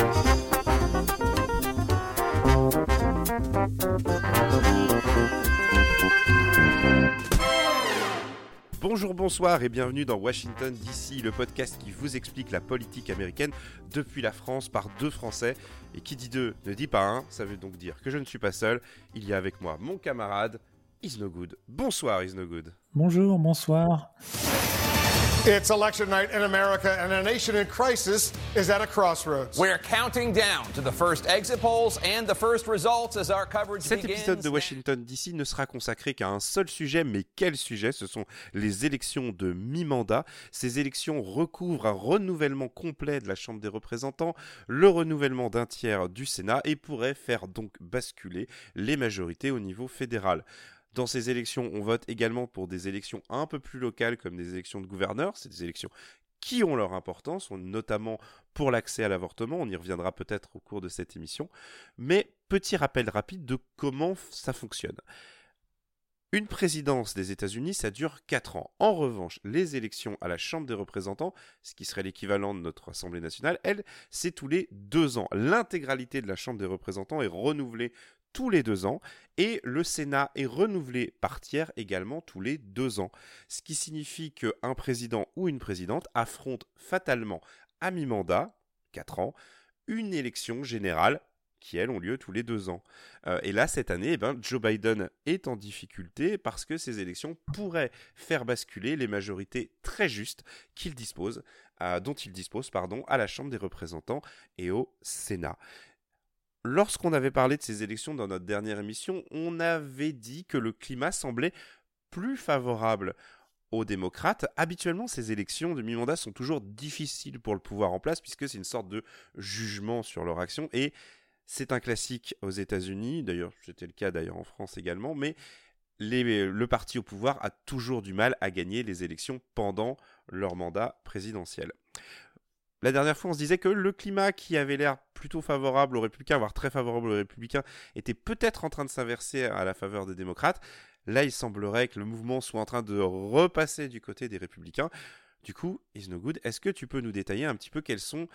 Bonjour, bonsoir et bienvenue dans Washington DC, le podcast qui vous explique la politique américaine depuis la France par deux Français. Et qui dit deux ne dit pas un, ça veut donc dire que je ne suis pas seul. Il y a avec moi mon camarade Isnogood. Bonsoir Isnogood. Bonjour, bonsoir. It's election night in America, and a nation in crisis is at a crossroads. We're counting down to the first exit polls and the first results as our coverage Cet begins. épisode de Washington DC ne sera consacré qu'à un seul sujet, mais quel sujet ? Ce sont les élections de mi-mandat. Ces élections recouvrent un renouvellement complet de la Chambre des représentants, le renouvellement d'un tiers du Sénat et pourraient faire donc basculer les majorités au niveau fédéral. Dans ces élections, on vote également pour des élections un peu plus locales comme des élections de gouverneurs. C'est des élections qui ont leur importance, notamment pour l'accès à l'avortement. On y reviendra peut-être au cours de cette émission. Mais petit rappel rapide de comment ça fonctionne. Une présidence des États-Unis, ça dure 4 ans. En revanche, les élections à la Chambre des représentants, ce qui serait l'équivalent de notre Assemblée nationale, elle, c'est tous les 2 ans. L'intégralité de la Chambre des représentants est renouvelée tous les 2 ans, et le Sénat est renouvelé par tiers également tous les 2 ans. Ce qui signifie qu'un président ou une présidente affronte fatalement à mi-mandat, 4 ans, une élection générale qui, elles, ont lieu tous les 2 ans. Et là, cette année, Joe Biden est en difficulté parce que ces élections pourraient faire basculer les majorités très justes dont il dispose à la Chambre des représentants et au Sénat. Lorsqu'on avait parlé de ces élections dans notre dernière émission, on avait dit que le climat semblait plus favorable aux démocrates. Habituellement, ces élections de mi-mandat sont toujours difficiles pour le pouvoir en place puisque c'est une sorte de jugement sur leur action et c'est un classique aux États-Unis, d'ailleurs c'était le cas en France également, mais le parti au pouvoir a toujours du mal à gagner les élections pendant leur mandat présidentiel. La dernière fois, on se disait que le climat qui avait l'air plutôt favorable aux républicains, voire très favorable aux républicains, était peut-être en train de s'inverser à la faveur des démocrates. Là, il semblerait que le mouvement soit en train de repasser du côté des républicains. Du coup, Isnogood, est-ce que tu peux nous détailler un petit peu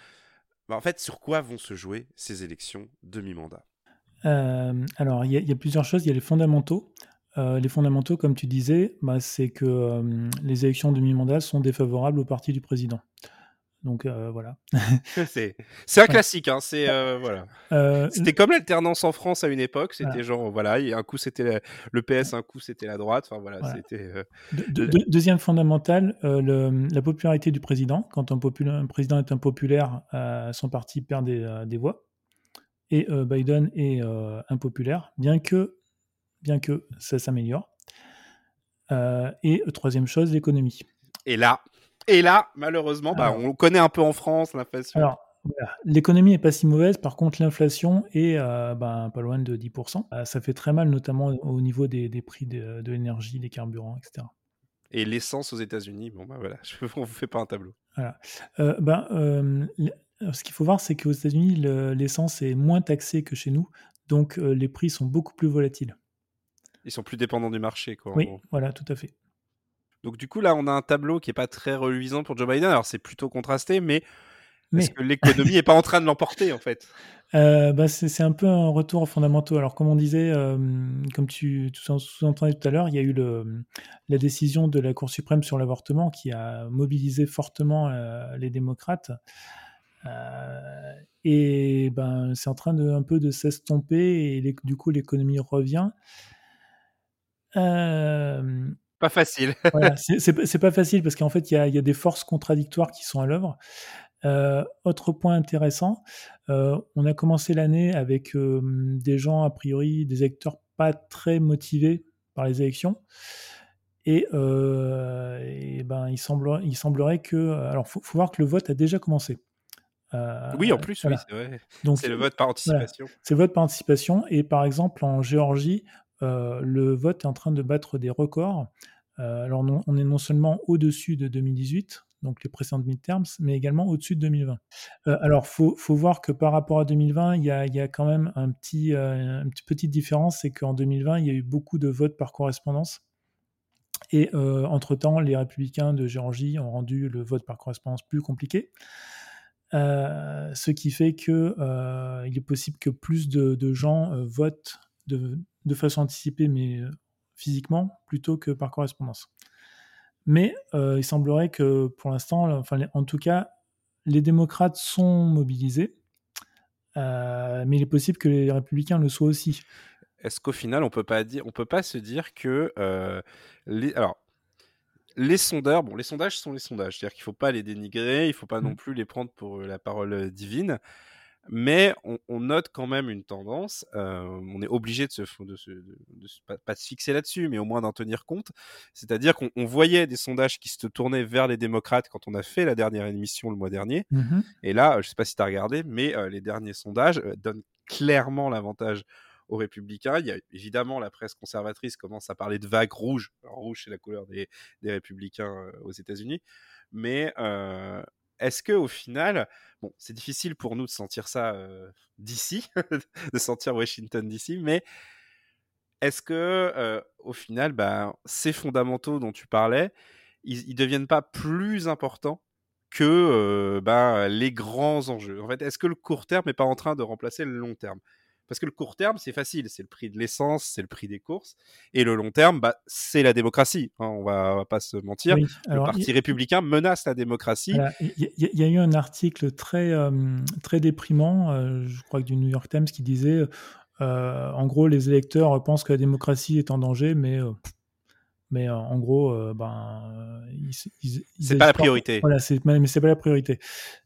sur quoi vont se jouer ces élections de mi-mandat ? Alors, il y a plusieurs choses. Il y a les fondamentaux. Les fondamentaux, comme tu disais, c'est que les élections de mi-mandat sont défavorables au parti du président. Donc voilà. c'est un classique, hein. C'était comme l'alternance en France à une époque. C'était un coup c'était le PS, un coup c'était la droite. Enfin voilà. C'était. Deuxième fondamental, la popularité du président. Quand un président est impopulaire, son parti perd des voix. Et Biden est impopulaire, bien que ça s'améliore. Et troisième chose, l'économie. Et là, malheureusement, on connaît un peu en France l'inflation. Alors, voilà. L'économie n'est pas si mauvaise. Par contre, l'inflation est pas loin de 10%. Ça fait très mal, notamment au niveau des prix de l'énergie, des carburants, etc. Et l'essence aux États-Unis, on vous fait pas un tableau. Voilà. Ce qu'il faut voir, c'est qu'aux États-Unis, l'essence est moins taxée que chez nous. Donc, les prix sont beaucoup plus volatiles. Ils sont plus dépendants du marché, quoi. Oui, voilà, tout à fait. Donc du coup, là, on a un tableau qui n'est pas très reluisant pour Joe Biden. Alors, c'est plutôt contrasté, mais est-ce que l'économie n'est pas en train de l'emporter, en fait ? C'est un peu un retour aux fondamentaux. Alors, comme on disait, comme tu sous-entendais tout à l'heure, il y a eu la décision de la Cour suprême sur l'avortement qui a mobilisé fortement les démocrates. Et c'est en train un peu de s'estomper et du coup, l'économie revient. Pas facile. Voilà, c'est pas facile parce qu'en fait, il y a des forces contradictoires qui sont à l'œuvre. Autre point intéressant, on a commencé l'année avec des gens, a priori, des électeurs pas très motivés par les élections. Et il semblerait que... Alors, faut voir que le vote a déjà commencé. Oui, en plus, voilà. Oui, c'est vrai. Donc, c'est le vote par anticipation. Voilà. C'est le vote par anticipation. Et par exemple, en Géorgie, le vote est en train de battre des records. Alors, on est non seulement au-dessus de 2018, donc les précédentes midterms, mais également au-dessus de 2020. Alors, faut voir que par rapport à 2020, il y a quand même une petite différence, c'est qu'en 2020, il y a eu beaucoup de votes par correspondance. Et entre-temps, les républicains de Géorgie ont rendu le vote par correspondance plus compliqué. Ce qui fait que il est possible que plus de gens votent de façon anticipée, mais physiquement, plutôt que par correspondance. Mais il semblerait que pour l'instant, en tout cas, les démocrates sont mobilisés, mais il est possible que les républicains le soient aussi. Est-ce qu'au final, on peut pas se dire que les sondeurs, les sondages sont les sondages, c'est-à-dire qu'il ne faut pas les dénigrer, il ne faut pas non plus les prendre pour la parole divine, mais on note quand même une tendance, on est obligé pas de se fixer là-dessus, mais au moins d'en tenir compte, c'est-à-dire qu'on voyait des sondages qui se tournaient vers les démocrates quand on a fait la dernière émission le mois dernier, et là, je ne sais pas si tu as regardé, mais les derniers sondages donnent clairement l'avantage aux républicains. Il y a évidemment la presse conservatrice commence à parler de vague rouge. Alors, rouge, c'est la couleur des républicains aux États-Unis. Mais est-ce qu'au final, bon, c'est difficile pour nous de sentir ça d'ici, de sentir Washington d'ici, mais est-ce que au final, ces fondamentaux dont tu parlais, ils deviennent pas plus importants que les grands enjeux? En fait, est-ce que le court terme n'est pas en train de remplacer le long terme? Parce que le court terme, c'est facile, c'est le prix de l'essence, c'est le prix des courses. Et le long terme, c'est la démocratie. Hein, on va pas se mentir. Oui, le parti républicain menace la démocratie. Voilà. Il y a eu un article très déprimant, je crois que du New York Times, qui disait, en gros, les électeurs pensent que la démocratie est en danger, mais en gros, c'est pas la priorité. Voilà, mais c'est pas la priorité.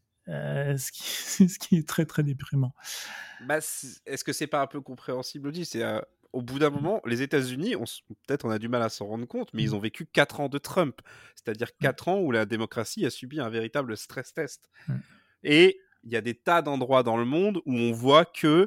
Ce qui est très très déprimant. Est-ce que c'est pas un peu compréhensible aussi? C'est au bout d'un moment, les États-Unis, peut-être on a du mal à s'en rendre compte, mais ils ont vécu 4 ans de Trump, c'est-à-dire 4 ans où la démocratie a subi un véritable stress test. Et il y a des tas d'endroits dans le monde où on voit que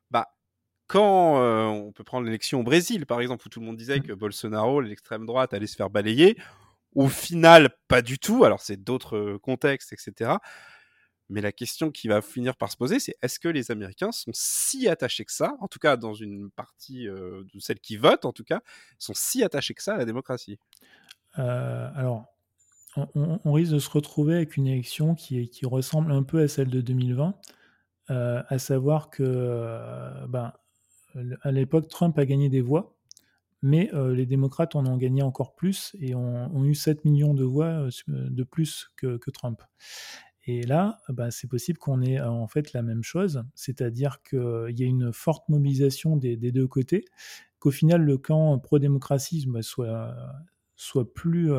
quand on peut prendre l'élection au Brésil, par exemple, où tout le monde disait que Bolsonaro, l'extrême droite, allait se faire balayer, au final, pas du tout. Alors, c'est d'autres contextes, etc. Mais la question qui va finir par se poser, c'est est-ce que les Américains sont si attachés que ça, en tout cas dans une partie de celles qui votent, en tout cas, sont si attachés que ça à la démocratie? Alors, on risque de se retrouver avec une élection qui ressemble un peu à celle de 2020, à savoir que à l'époque, Trump a gagné des voix, mais les démocrates en ont gagné encore plus et ont eu 7 millions de voix de plus que Trump. Et là, c'est possible qu'on ait en fait la même chose, c'est-à-dire qu'il y a une forte mobilisation des deux côtés, qu'au final le camp pro-démocratie soit plus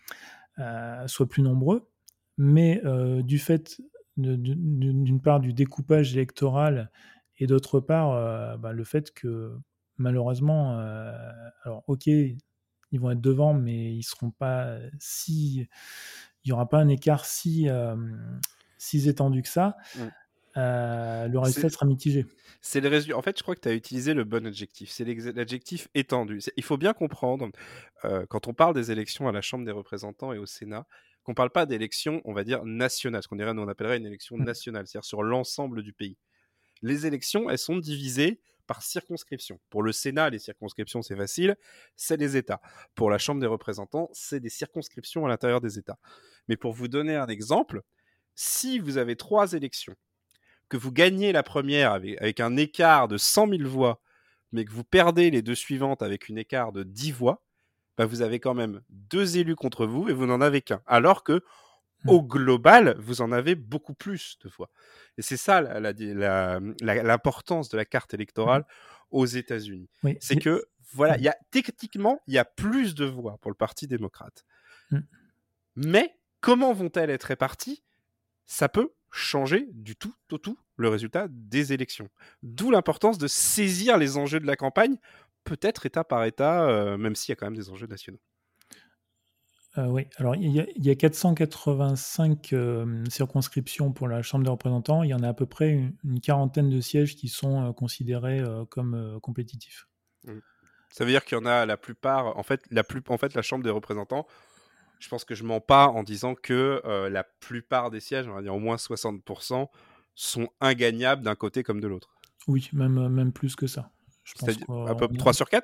nombreux, mais du fait d'une part du découpage électoral et d'autre part le fait que malheureusement, alors ok, ils vont être devant, mais ils seront pas il n'y aura pas un écart si étendu que ça. Le résultat sera mitigé. C'est le résultat. En fait, je crois que tu as utilisé le bon adjectif. C'est l'adjectif étendu. Il faut bien comprendre, quand on parle des élections à la Chambre des représentants et au Sénat, qu'on ne parle pas d'élections, on va dire, nationales. Ce on appellerait une élection nationale, c'est-à-dire sur l'ensemble du pays. Les élections, elles sont divisées par circonscription. Pour le Sénat, les circonscriptions, c'est facile, c'est les États. Pour la Chambre des représentants, c'est des circonscriptions à l'intérieur des États. Mais pour vous donner un exemple, si vous avez 3 élections, que vous gagnez la première avec un écart de 100 000 voix, mais que vous perdez les 2 suivantes avec un écart de 10 voix, vous avez quand même 2 élus contre vous et vous n'en avez qu'un. Alors que, au global, vous en avez beaucoup plus de voix. Et c'est ça l'importance de la carte électorale aux États-Unis. Oui. C'est que, voilà, techniquement, il y a plus de voix pour le Parti démocrate. Mais comment vont-elles être réparties? Ça peut changer du tout au tout le résultat des élections. D'où l'importance de saisir les enjeux de la campagne, peut-être état par état, même s'il y a quand même des enjeux nationaux. Oui, alors il y a 485 circonscriptions pour la Chambre des représentants. Il y en a à peu près une quarantaine de sièges qui sont considérés comme compétitifs. Ça veut dire qu'il y en a la plupart, en fait, la Chambre des représentants, je pense que je mens pas en disant que la plupart des sièges, on va dire au moins 60%, sont ingagnables d'un côté comme de l'autre. Oui, même plus que ça. C'est-à-dire à peu près 3 sur 4 ?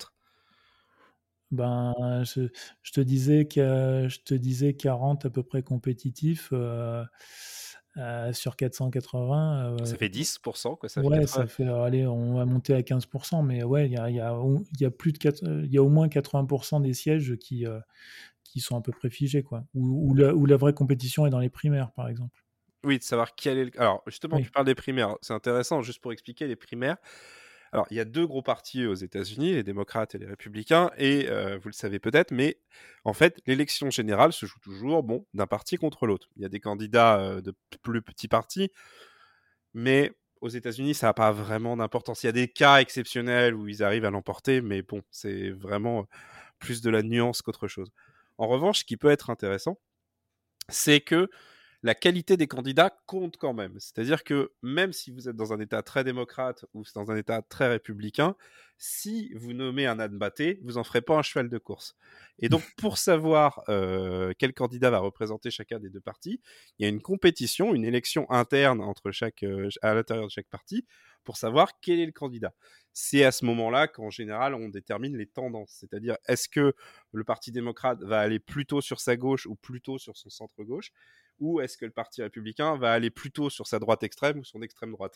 Je te disais 40 à peu près compétitifs. sur 480. Ça fait 10%, quoi. Ça fait Ouais, 80. ça fait, allez, on va monter à 15%, mais ouais, il y a plus de il y a au moins 80% des sièges qui sont à peu près figés, quoi. Où la vraie compétition est dans les primaires, par exemple. Oui, de savoir quel est le... Alors, justement, Oui. tu parles des primaires. C'est intéressant, juste pour expliquer les primaires. Alors, il y a 2 gros partis aux États-Unis, les démocrates et les républicains, et vous le savez peut-être, mais en fait, l'élection générale se joue toujours, bon, d'un parti contre l'autre. Il y a des candidats de plus petits partis, mais aux États-Unis, ça n'a pas vraiment d'importance. Il y a des cas exceptionnels où ils arrivent à l'emporter, mais bon, c'est vraiment plus de la nuance qu'autre chose. En revanche, ce qui peut être intéressant, c'est que la qualité des candidats compte quand même. C'est-à-dire que même si vous êtes dans un État très démocrate ou dans un État très républicain, si vous nommez un Anne Batté, vous n'en ferez pas un cheval de course. Et donc, pour savoir quel candidat va représenter chacun des 2 partis, il y a une compétition, une élection interne entre à l'intérieur de chaque parti pour savoir quel est le candidat. C'est à ce moment-là qu'en général, on détermine les tendances. C'est-à-dire, est-ce que le Parti démocrate va aller plutôt sur sa gauche ou plutôt sur son centre-gauche, ou est-ce que le Parti républicain va aller plutôt sur sa droite extrême ou son extrême droite,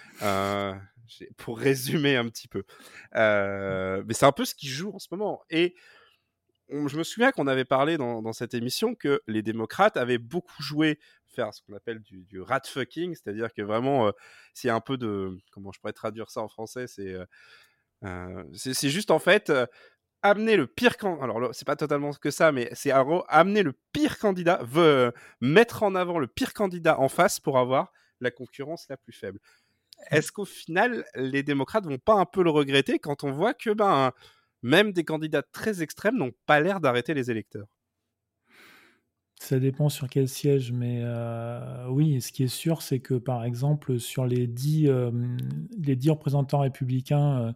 pour résumer un petit peu. Mais c'est un peu ce qui joue en ce moment. Et je me souviens qu'on avait parlé dans cette émission que les démocrates avaient beaucoup joué, faire ce qu'on appelle du rat fucking, c'est-à-dire que vraiment, c'est un peu de... Comment je pourrais traduire ça en français, c'est juste en fait... amener le pire candidat, alors c'est pas totalement que ça, mais c'est amener le pire candidat, mettre en avant le pire candidat en face pour avoir la concurrence la plus faible. Est-ce qu'au final, les démocrates vont pas un peu le regretter quand on voit que même des candidats très extrêmes n'ont pas l'air d'arrêter les électeurs? Ça dépend sur quel siège, mais oui, ce qui est sûr, c'est que, par exemple, sur les 10 représentants républicains,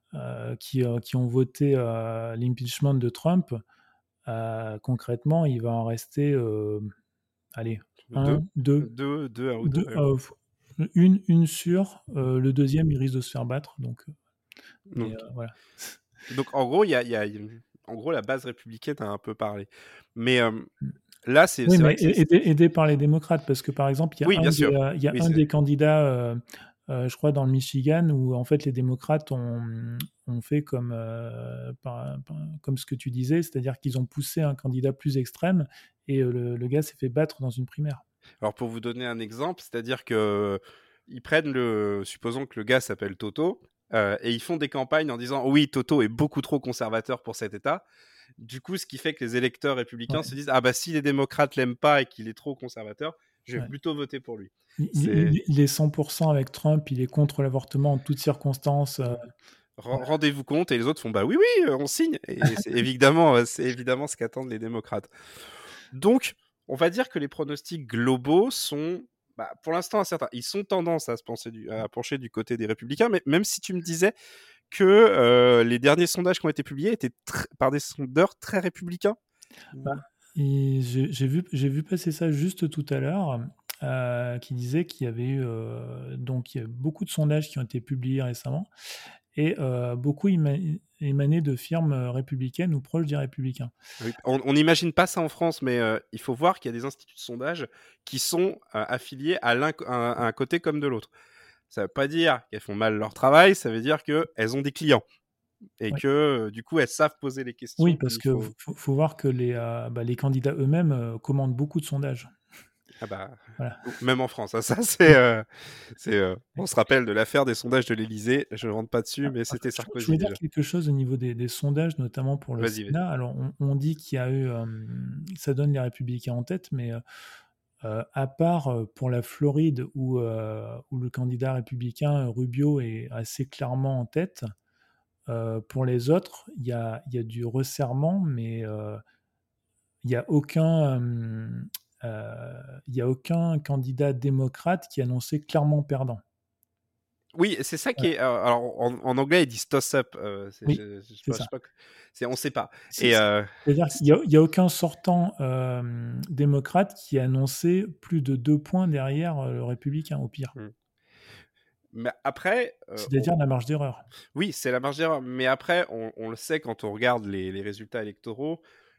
qui ont voté, l'impeachment de Trump, concrètement, il va en rester, allez, Deux, 1, 2, deux, un ou deux. 2, une sûre, le deuxième, il risque de se faire battre, donc mais Donc, voilà. en gros, en gros, la base républicaine a un peu parlé. Mais Mmh. là, c'est Oui, vrai mais que c'est... aidé par les démocrates, parce que, par exemple, Oui, bien sûr. il y a Oui, un des candidats, je crois dans le Michigan, où en fait les démocrates ont fait comme, comme ce que tu disais, c'est-à-dire qu'ils ont poussé un candidat plus extrême et le gars s'est fait battre dans une primaire. Alors pour vous donner un exemple, c'est-à-dire que ils prennent supposons que le gars s'appelle Toto, et ils font des campagnes en disant oui, Toto est beaucoup trop conservateur pour cet État. Du coup, ce qui fait que les électeurs républicains Ouais, se disent ah bah si les démocrates l'aiment pas et qu'il est trop conservateur, je vais ouais. plutôt voter pour lui. Il C'est il est 100% avec Trump, il est contre l'avortement en toutes circonstances, voilà. rendez-vous compte, et les autres font bah oui oui, on signe, et c'est évidemment ce qu'attendent les démocrates. Donc, on va dire que les pronostics globaux sont, pour l'instant, incertains. Ils sont tendance à pencher du côté des républicains, mais même si tu me disais que les derniers sondages qui ont été publiés étaient par des sondeurs très républicains. Bah, et j'ai vu passer ça juste tout à l'heure, qui disait qu'il y avait eu, donc il y a beaucoup de sondages qui ont été publiés récemment et beaucoup émanaient de firmes, républicaines ou proches des républicains. Oui, on n'imagine pas ça en France, mais il faut voir qu'il y a des instituts de sondage qui sont affiliés à un côté comme de l'autre. Ça ne veut pas dire qu'elles font mal leur travail, ça veut dire qu'elles ont des clients et Ouais. que du coup elles savent poser les Oui, questions parce qu'il que faut. faut voir que les candidats eux-mêmes, commandent beaucoup de sondages. Ah bah, Voilà. même en France, hein, ça on se rappelle de l'affaire des sondages de l'Élysée, je ne rentre pas dessus, Ah, mais c'était je Sarkozy voulais dire déjà. quelque chose au niveau des sondages, notamment pour le Vas-y, vas-y. Sénat. Alors on dit qu'il y a eu, ça donne les républicains en tête, mais à part, pour la Floride où le candidat républicain, Rubio est assez clairement en tête, pour les autres, il y a du resserrement, mais il y a aucun, il y a aucun candidat démocrate qui est annoncé clairement perdant. Oui, c'est ça qui Voilà. est. Alors, en anglais, ils disent toss-up. Oui, c'est Je ça. sais pas. On sait pas. C'est Et c'est-à-dire qu'il y a aucun sortant, démocrate qui a annoncé plus de 2 points derrière, le républicain, au pire. hmm. Mais après, C'est-à-dire la marge d'erreur. oui, c'est la marge d'erreur. Mais après, on le sait quand on regarde les résultats électoraux.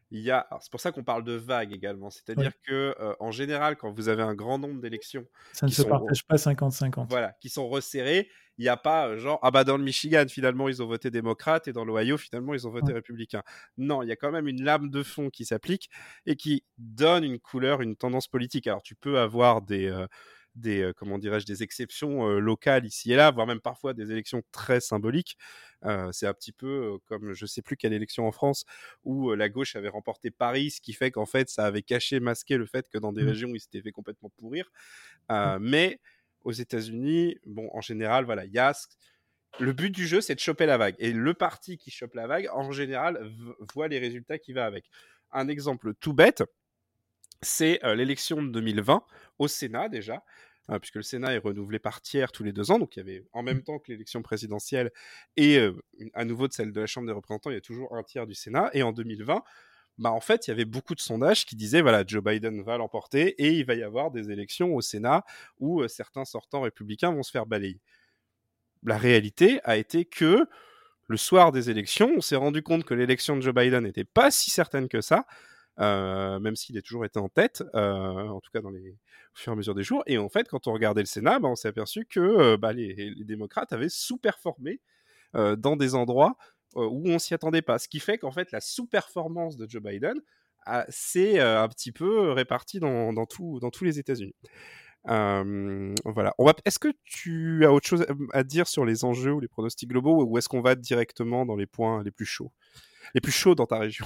alors, c'est pour ça qu'on parle de vague également. C'est-à-dire que, en général, quand vous avez un grand nombre d'élections Ça ne se partage pas 50-50. Voilà, qui sont resserrées, il n'y a pas genre, ah bah dans le Michigan, finalement, ils ont voté démocrate et dans l'Ohio, finalement, ils ont voté républicain. Non, il y a quand même une lame de fond qui s'applique et qui donne une couleur, une tendance politique. Alors, tu peux avoir comment dirais-je, des exceptions locales ici et là, voire même parfois des élections très symboliques. C'est un petit peu comme je sais plus quelle élection en France où la gauche avait remporté Paris, ce qui fait qu'en fait ça avait masqué le fait que dans des régions ils s'étaient fait complètement pourrir. Mais aux États-Unis, bon, en général, voilà, le but du jeu, c'est de choper la vague. Et le parti qui chope la vague, en général, voit les résultats qui va avec. Un exemple tout bête, c'est l'élection de 2020 au Sénat déjà, puisque le Sénat est renouvelé par tiers tous les 2 ans, donc il y avait en même temps que l'élection présidentielle et à nouveau de celle de la Chambre des représentants, il y a toujours un tiers du Sénat, et en 2020, bah en fait, il y avait beaucoup de sondages qui disaient, voilà, Joe Biden va l'emporter et il va y avoir des élections au Sénat où certains sortants républicains vont se faire balayer. La réalité a été que le soir des élections, on s'est rendu compte que l'élection de Joe Biden n'était pas si certaine que ça, même s'il a toujours été en tête, en tout cas au fur et à mesure des jours. Et en fait, quand on regardait le Sénat, on s'est aperçu que les démocrates avaient sous-performé dans des endroits où on s'y attendait pas. Ce qui fait qu'en fait, la sous-performance de Joe Biden s'est un petit peu répartie dans tous les États-Unis. Voilà. Est-ce que tu as autre chose à dire sur les enjeux ou les pronostics globaux, ou est-ce qu'on va directement dans les points les plus chauds dans ta région?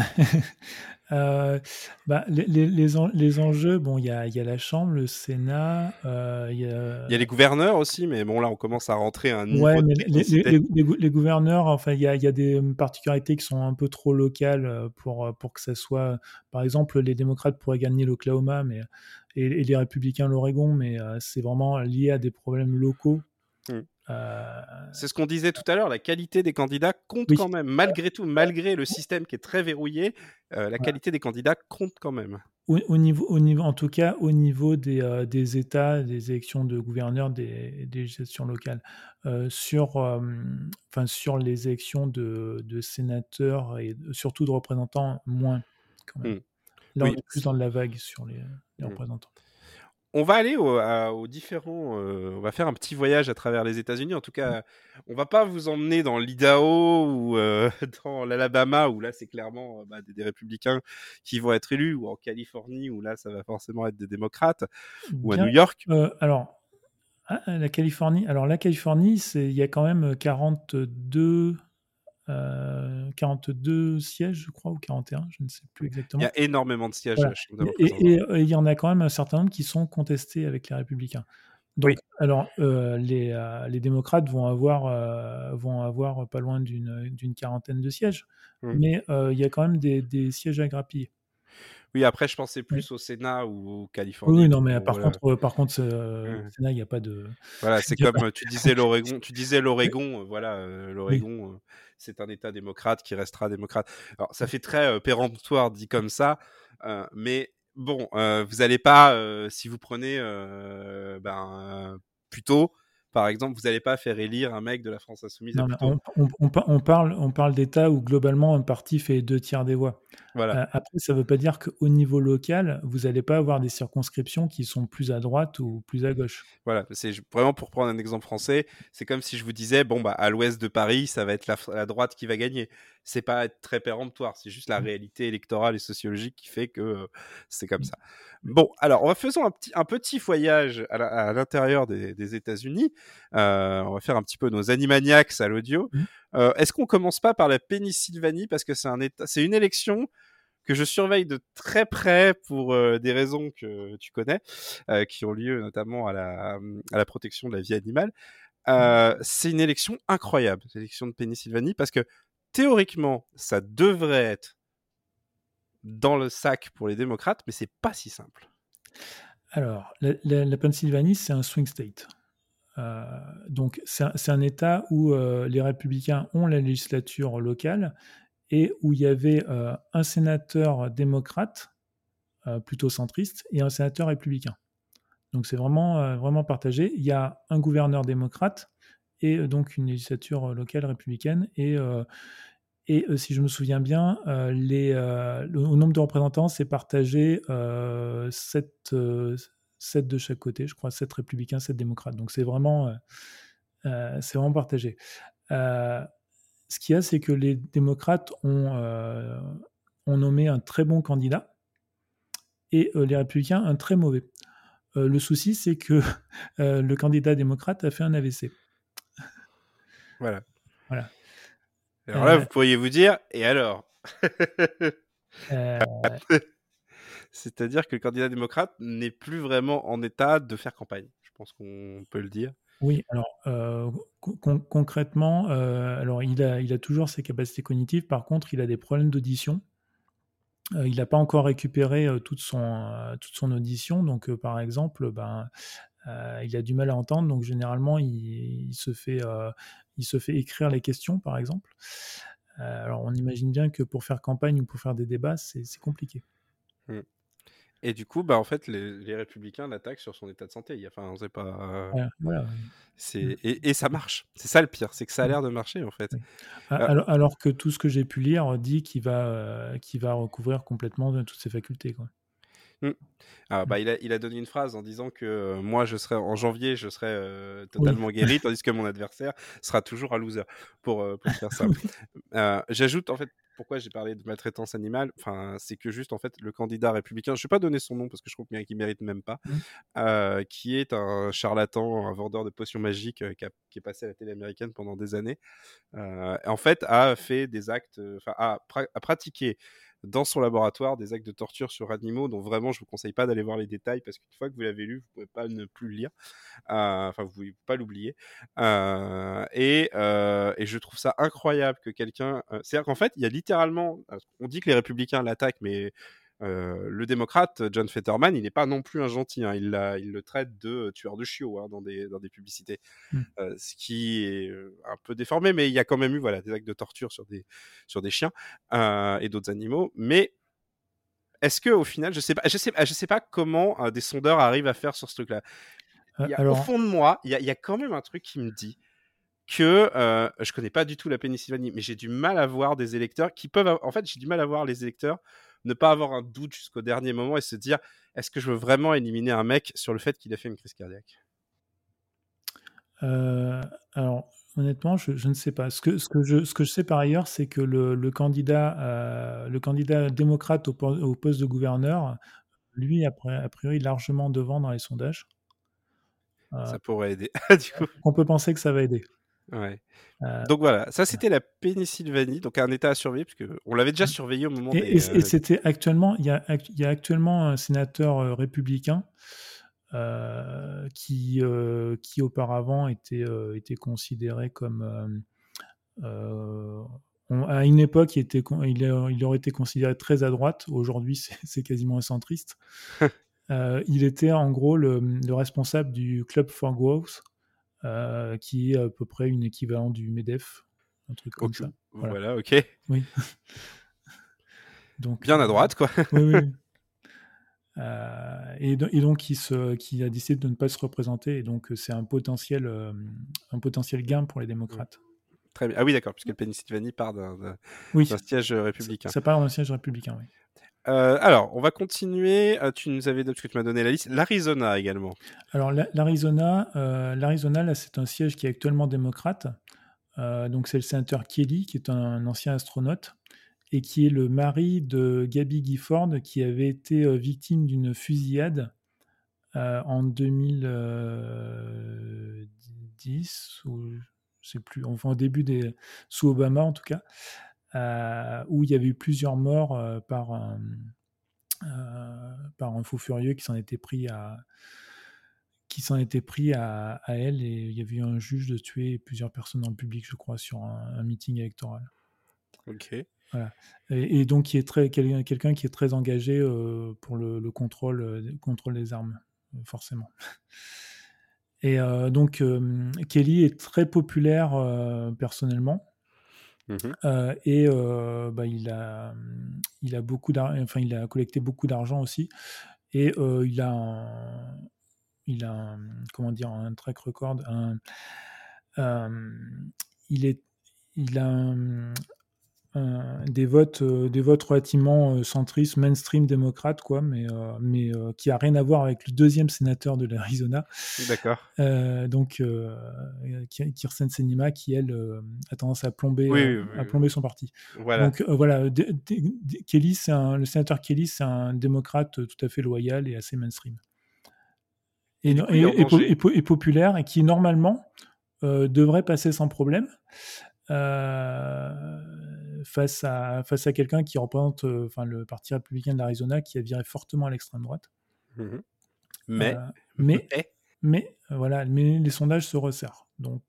Les enjeux, bon, il y a la Chambre, le Sénat, il y a les gouverneurs aussi, mais bon, là, on commence à rentrer à un niveau ouais, de mais technicité. les gouverneurs, enfin, il y a des particularités qui sont un peu trop locales pour que ça soit. Par exemple, les démocrates pourraient gagner l'Oklahoma, et les républicains l'Oregon, mais c'est vraiment lié à des problèmes locaux. C'est ce qu'on disait tout à l'heure, la qualité des candidats compte quand même. Malgré tout, malgré le système qui est très verrouillé, la qualité des candidats compte quand même. Au niveau, en tout cas, au niveau des États, des élections de gouverneurs, des législations locales, sur les élections de sénateurs et surtout de représentants, moins quand même. Là, on est plus dans de la vague sur les représentants. On va aller aux différents. On va faire un petit voyage à travers les États-Unis. En tout cas, on va pas vous emmener dans l'Idaho ou dans l'Alabama, où là, c'est clairement des républicains qui vont être élus, ou en Californie, où là, ça va forcément être des démocrates, ou à New York. Alors, la Californie, il y a quand même 42 sièges, je crois, ou 41, je ne sais plus exactement. Il y a énormément de sièges. Voilà. Et il y en a quand même un certain nombre qui sont contestés avec les républicains. Donc, alors, les démocrates vont avoir pas loin d'une quarantaine de sièges, mais il y a quand même des sièges à grappiller. Oui, après, je pensais plus au Sénat ou au Californie. Oui, non, mais par contre, au Sénat, il n'y a pas de. Voilà, c'est comme tu disais l'Oregon. Voilà, l'Oregon, c'est un État démocrate qui restera démocrate. Alors, ça fait très péremptoire dit comme ça, mais bon, vous n'allez pas, si vous prenez plutôt, par exemple, vous n'allez pas faire élire un mec de la France Insoumise. Non, on parle d'État où globalement un parti fait 2/3 des voix. Voilà. Après, ça ne veut pas dire qu'au niveau local, vous n'allez pas avoir des circonscriptions qui sont plus à droite ou plus à gauche. Voilà, c'est vraiment pour prendre un exemple français, c'est comme si je vous disais, à l'ouest de Paris, ça va être la droite qui va gagner. C'est pas être très péremptoire, c'est juste la réalité électorale et sociologique qui fait que c'est comme ça. Bon, alors, faisons un petit voyage à l'intérieur des États-Unis. On va faire un petit peu nos animaniacs à l'audio. Est-ce qu'on commence pas par la Pennsylvanie, parce que c'est une élection que je surveille de très près pour des raisons que tu connais, qui ont lieu notamment à la protection de la vie animale. C'est une élection incroyable, l'élection de Pennsylvanie, parce que théoriquement, ça devrait être dans le sac pour les démocrates, mais c'est pas si simple. Alors, la Pennsylvanie, c'est un swing state. Donc, c'est un État où les républicains ont la législature locale et où il y avait un sénateur démocrate, plutôt centriste, et un sénateur républicain. Donc, c'est vraiment partagé. Il y a un gouverneur démocrate et donc une législature locale républicaine. Et Et si je me souviens bien, au nombre de représentants, c'est partagé 7 de chaque côté, je crois, 7 républicains, 7 démocrates. Donc c'est vraiment partagé. Ce qu'il y a, c'est que les démocrates ont nommé un très bon candidat et les républicains un très mauvais. Le souci, c'est que le candidat démocrate a fait un AVC. Voilà. Voilà. Alors là, vous pourriez vous dire, et alors Euh, C'est-à-dire que le candidat démocrate n'est plus vraiment en état de faire campagne. Je pense qu'on peut le dire. Oui, alors concrètement, alors il a toujours ses capacités cognitives. Par contre, il a des problèmes d'audition. Il n'a pas encore récupéré toute son audition. Donc, par exemple, il a du mal à entendre. Donc, généralement, il se fait écrire les questions, par exemple. Alors, on imagine bien que pour faire campagne ou pour faire des débats, c'est compliqué. Et du coup, en fait, les républicains l'attaquent sur son état de santé. Enfin, on sait pas. Voilà. Et ça marche. C'est ça le pire, c'est que ça a l'air de marcher en fait. Oui. Alors que tout ce que j'ai pu lire dit qu'il va recouvrir complètement toutes ses facultés, quoi. Il a donné une phrase en disant que moi, en janvier, je serai totalement guéri, tandis que mon adversaire sera toujours un loser, pour faire simple. J'ajoute, en fait, pourquoi j'ai parlé de maltraitance animale, c'est que juste, en fait, le candidat républicain, je ne vais pas donner son nom parce que je trouve qu'il ne mérite même pas, qui est un charlatan, un vendeur de potions magiques qui est passé à la télé américaine pendant des années, en fait, a fait des actes, a pratiqué dans son laboratoire des actes de torture sur animaux dont vraiment je vous conseille pas d'aller voir les détails parce qu'une fois que vous l'avez lu, vous pouvez pas ne plus le lire. Vous pouvez pas l'oublier. Et je trouve ça incroyable que quelqu'un. C'est-à-dire qu'en fait, il y a littéralement. On dit que les républicains l'attaquent, mais le démocrate John Fetterman, il n'est pas non plus un gentil. Hein. Il le traite de tueur de chiots dans des publicités. Ce qui est un peu déformé, mais il y a quand même eu des actes de torture sur des chiens et d'autres animaux. Mais est-ce que au final, je sais pas comment des sondeurs arrivent à faire sur ce truc-là. Au fond de moi, il y a quand même un truc qui me dit que je connais pas du tout la Pennsylvanie, mais j'ai du mal à voir des électeurs qui peuvent. En fait, j'ai du mal à voir les électeurs ne pas avoir un doute jusqu'au dernier moment et se dire est-ce que je veux vraiment éliminer un mec sur le fait qu'il a fait une crise cardiaque. Alors, honnêtement, je ne sais pas. Ce que je sais par ailleurs, c'est que le candidat démocrate au poste de gouverneur, lui, a priori largement devant dans les sondages. Ça pourrait aider. Du coup. On peut penser que ça va aider. Ouais. Donc voilà, ça c'était la Pennsylvanie, donc un État à surveiller, parce qu'on l'avait déjà surveillé au moment et c'était actuellement, il y a actuellement un sénateur républicain qui auparavant était considéré comme à une époque il aurait été considéré très à droite. Aujourd'hui c'est quasiment un centriste. Il était en gros le responsable du Club for Growth, qui est à peu près une équivalent du MEDEF, un truc comme ça. Voilà, ok. Oui. Donc, bien à droite, quoi. Oui. Et donc, qui a décidé de ne pas se représenter. Et donc, c'est un potentiel gain pour les démocrates. Très bien. Ah oui, d'accord, puisque le Pennsylvanie part d'un siège républicain. Ça part d'un siège républicain, oui. Alors, on va continuer. Parce que tu m'as donné la liste. L'Arizona également. Alors, l'Arizona, là, c'est un siège qui est actuellement démocrate. Donc, c'est le sénateur Kelly, qui est un ancien astronaute, et qui est le mari de Gabby Gifford, qui avait été victime d'une fusillade en 2010, ou je sais plus, enfin au début sous Obama en tout cas, où il y avait eu plusieurs morts par un fou furieux qui s'en était pris à elle, et il y avait eu un juge de tuer plusieurs personnes en public, je crois, sur un meeting électoral. Ok. Voilà. Et donc qui est quelqu'un qui est très engagé pour le contrôle des armes, forcément. Et donc Kelly est très populaire personnellement. Et il a beaucoup il a collecté beaucoup d'argent aussi, et il a un track record, il a des votes relativement centristes, mainstream démocrates, quoi, mais qui a rien à voir avec le deuxième sénateur de l'Arizona, D'accord. donc Kyrsten Sinema, qui elle a tendance à plomber, Oui. son parti. Voilà. Donc voilà, Kelly, le sénateur Kelly, c'est un démocrate tout à fait loyal et assez mainstream. Et du coup, il est en danger. Et populaire, et qui normalement devrait passer sans problème face à quelqu'un qui représente le Parti républicain de l'Arizona, qui a viré fortement à l'extrême droite. Mhm. Mais Mais les sondages se resserrent. Donc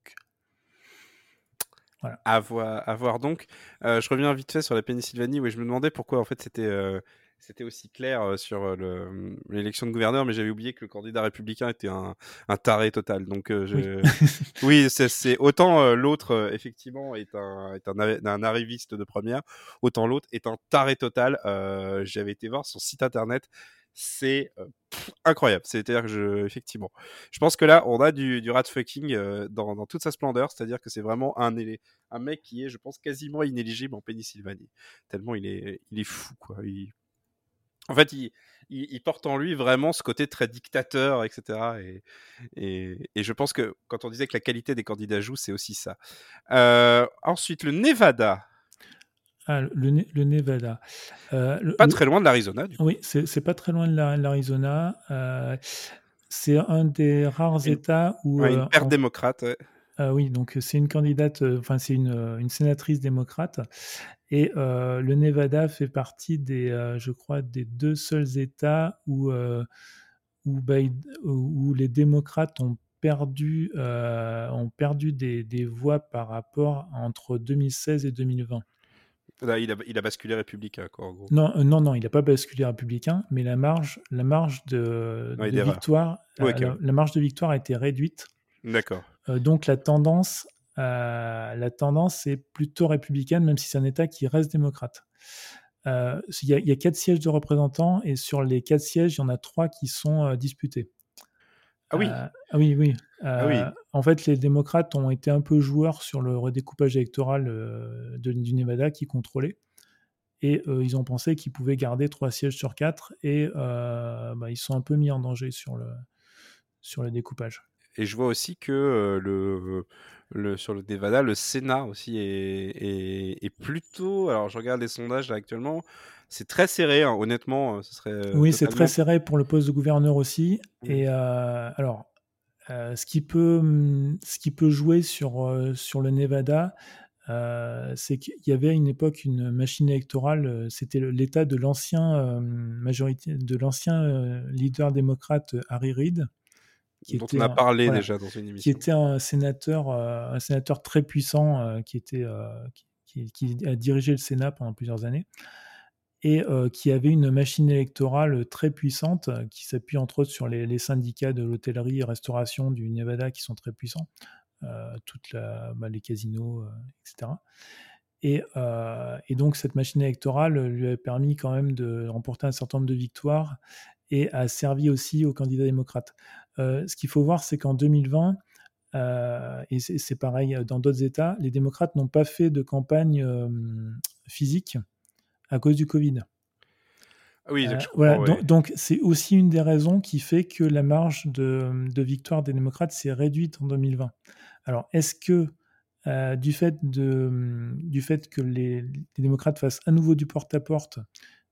voilà. À voir donc. Je reviens vite fait sur la Pennsylvanie, où je me demandais pourquoi en fait c'était aussi clair sur l'élection de gouverneur, mais j'avais oublié que le candidat républicain était un taré total. Donc oui, c'est autant l'autre effectivement est un arriviste de première, autant l'autre est un taré total. J'avais été voir son site internet. C'est incroyable. C'est-à-dire que effectivement, je pense que là, on a du rat fucking dans toute sa splendeur. C'est-à-dire que c'est vraiment un mec qui est, je pense, quasiment inéligible en Pennsylvanie. Tellement il est fou, quoi. En fait, il porte en lui vraiment ce côté très dictateur, etc. Et je pense que quand on disait que la qualité des candidats joue, c'est aussi ça. Ensuite, le Nevada. Le Nevada. Pas très loin de l'Arizona, du coup. Oui, c'est pas très loin de l'Arizona. C'est un des rares États où... une paire démocrate. Oui, donc c'est une candidate, c'est une sénatrice démocrate. Et le Nevada fait partie je crois, des 2 seuls États où les démocrates ont perdu des voix par rapport entre 2016 et 2020. Là, il a basculé républicain, quoi, en gros. Non, il n'a pas basculé républicain, mais la marge de victoire, la marge de victoire a été réduite. D'accord. Donc la tendance est plutôt républicaine, même si c'est un État qui reste démocrate. Il y a 4 sièges de représentants, et sur les 4 sièges, il y en a 3 qui sont disputés. Ah oui. Oui. Oui. En fait, les démocrates ont été un peu joueurs sur le redécoupage électoral du Nevada qu'ils contrôlaient. Et ils ont pensé qu'ils pouvaient garder 3 sièges sur 4, et ils sont un peu mis en danger sur le découpage. Et je vois aussi que sur le Nevada, le Sénat aussi est plutôt... Alors, je regarde les sondages là, actuellement. C'est très serré, hein, honnêtement. Ce serait oui, c'est très serré pour le poste de gouverneur aussi. Et ce qui peut jouer sur le Nevada, c'est qu'il y avait à une époque une machine électorale. C'était l'État de l'ancien leader démocrate Harry Reid, dont on a parlé déjà dans une émission. Qui était un sénateur très puissant, qui a dirigé le Sénat pendant plusieurs années, et qui avait une machine électorale très puissante, qui s'appuie entre autres sur les syndicats de l'hôtellerie et restauration du Nevada, qui sont très puissants, les casinos, etc. Et donc cette machine électorale lui a permis quand même de remporter un certain nombre de victoires, et a servi aussi aux candidats démocrates. Ce qu'il faut voir, c'est qu'en 2020, et c'est pareil dans d'autres États, les démocrates n'ont pas fait de campagne physique à cause du Covid. Oui, je comprends, donc c'est aussi une des raisons qui fait que la marge de victoire des démocrates s'est réduite en 2020. Alors, est-ce que du fait que les démocrates fassent à nouveau du porte-à-porte,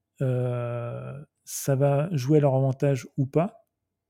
ça va jouer à leur avantage ou pas?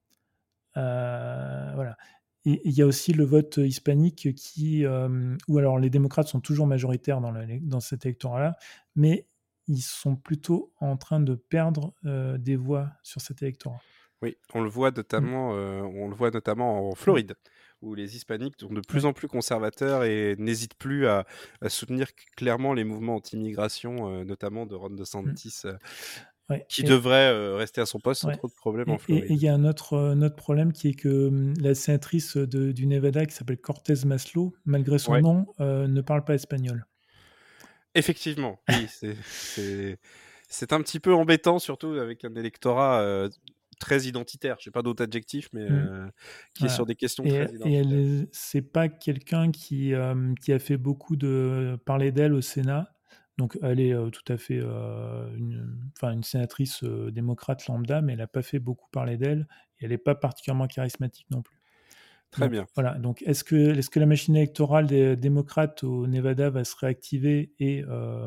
Voilà. Et il y a aussi le vote hispanique où alors les démocrates sont toujours majoritaires dans cet électorat-là, mais ils sont plutôt en train de perdre des voix sur cet électorat. Oui, on le voit notamment en Floride, où les hispaniques sont de plus en plus conservateurs et n'hésitent plus à soutenir clairement les mouvements anti-immigration, notamment de Ron DeSantis, qui devrait rester à son poste sans trop de problèmes en Floride. Et il y a un autre problème, qui est que la sénatrice du Nevada, qui s'appelle Cortez Maslow, malgré son nom, ne parle pas espagnol. Effectivement, oui, c'est un petit peu embêtant, surtout avec un électorat très identitaire. Je n'ai pas d'autre adjectif, mais qui est sur des questions très identitaires. Et c'est pas quelqu'un qui a fait beaucoup de parler d'elle au Sénat. Donc elle est tout à fait une sénatrice démocrate lambda, mais elle n'a pas fait beaucoup parler d'elle et elle n'est pas particulièrement charismatique non plus. Très Donc bien. voilà. Donc est-ce que la machine électorale des démocrates au Nevada va se réactiver et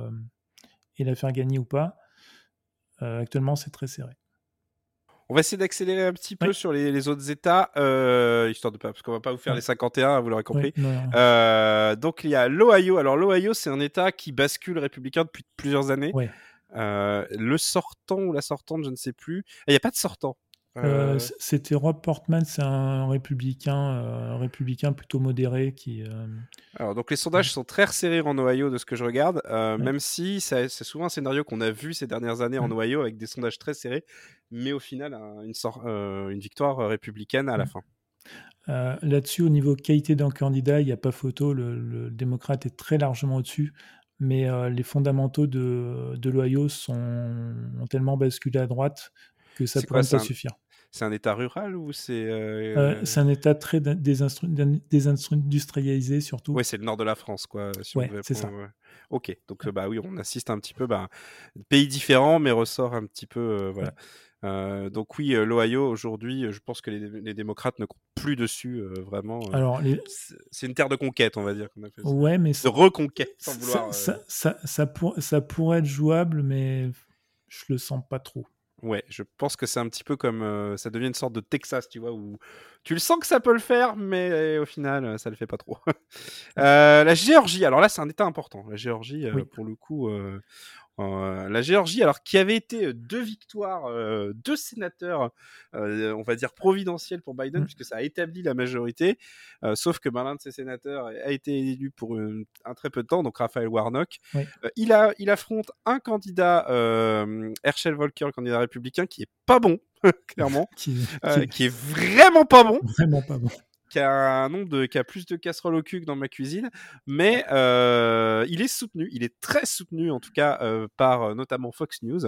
la faire gagner ou pas? Actuellement, c'est très serré. On va essayer d'accélérer un petit peu Oui. sur les autres États, histoire de pas, parce qu'on va pas vous faire Ouais. les 51, vous l'aurez compris. Oui, non. Donc il y a l'Ohio. Alors l'Ohio, c'est un État qui bascule républicain depuis plusieurs années. Ouais. Le sortant ou la sortante, je ne sais plus. Il n'y a pas de sortant. C'était Rob Portman, c'est un républicain plutôt modéré qui. Alors, donc les sondages sont très resserrés en Ohio de ce que je regarde, Ouais. même si c'est souvent un scénario qu'on a vu ces dernières années en Ohio avec des sondages très serrés, mais au final une victoire républicaine à la fin. Là-dessus, au niveau qualité d'un candidat, il n'y a pas photo. Le démocrate est très largement au-dessus, mais les fondamentaux de l'Ohio ont tellement basculé à droite que ça C'est pourrait quoi, ne pas suffire. c'est un État rural ou c'est... C'est un État très désindustrialisé surtout. Ouais, c'est le nord de la France, quoi. Si on Ouais, devait c'est ça. prendre, ouais. Ok, donc bah oui, on assiste un petit peu, pays différents, mais ressort un petit peu, voilà. Donc oui, l'Ohio aujourd'hui, je pense que les démocrates ne comptent plus dessus, vraiment. Alors, C'est une terre de conquête, on va dire qu'on appelle ça. ouais, mais De reconquête, sans vouloir. ça pourrait être jouable, mais je le sens pas trop. Ouais, je pense que c'est un petit peu comme ça devient une sorte de Texas, tu vois, où tu le sens que ça peut le faire, mais au final, ça le fait pas trop. La Géorgie, alors là, c'est un État important. La Géorgie, Oui. pour le coup, la Géorgie, alors qui avait été 2 victoires, 2 sénateurs, on va dire providentiels pour Biden, puisque ça a établi la majorité, sauf que l'un de ces sénateurs a été élu pour un très peu de temps, donc Raphaël Warnock. Oui. Il affronte un candidat, Herschel Walker, le candidat républicain, qui est pas bon, clairement, qui est vraiment pas bon. Vraiment pas bon. Qui a plus de casseroles au cul que dans ma cuisine, mais il est très soutenu en tout cas par notamment Fox News,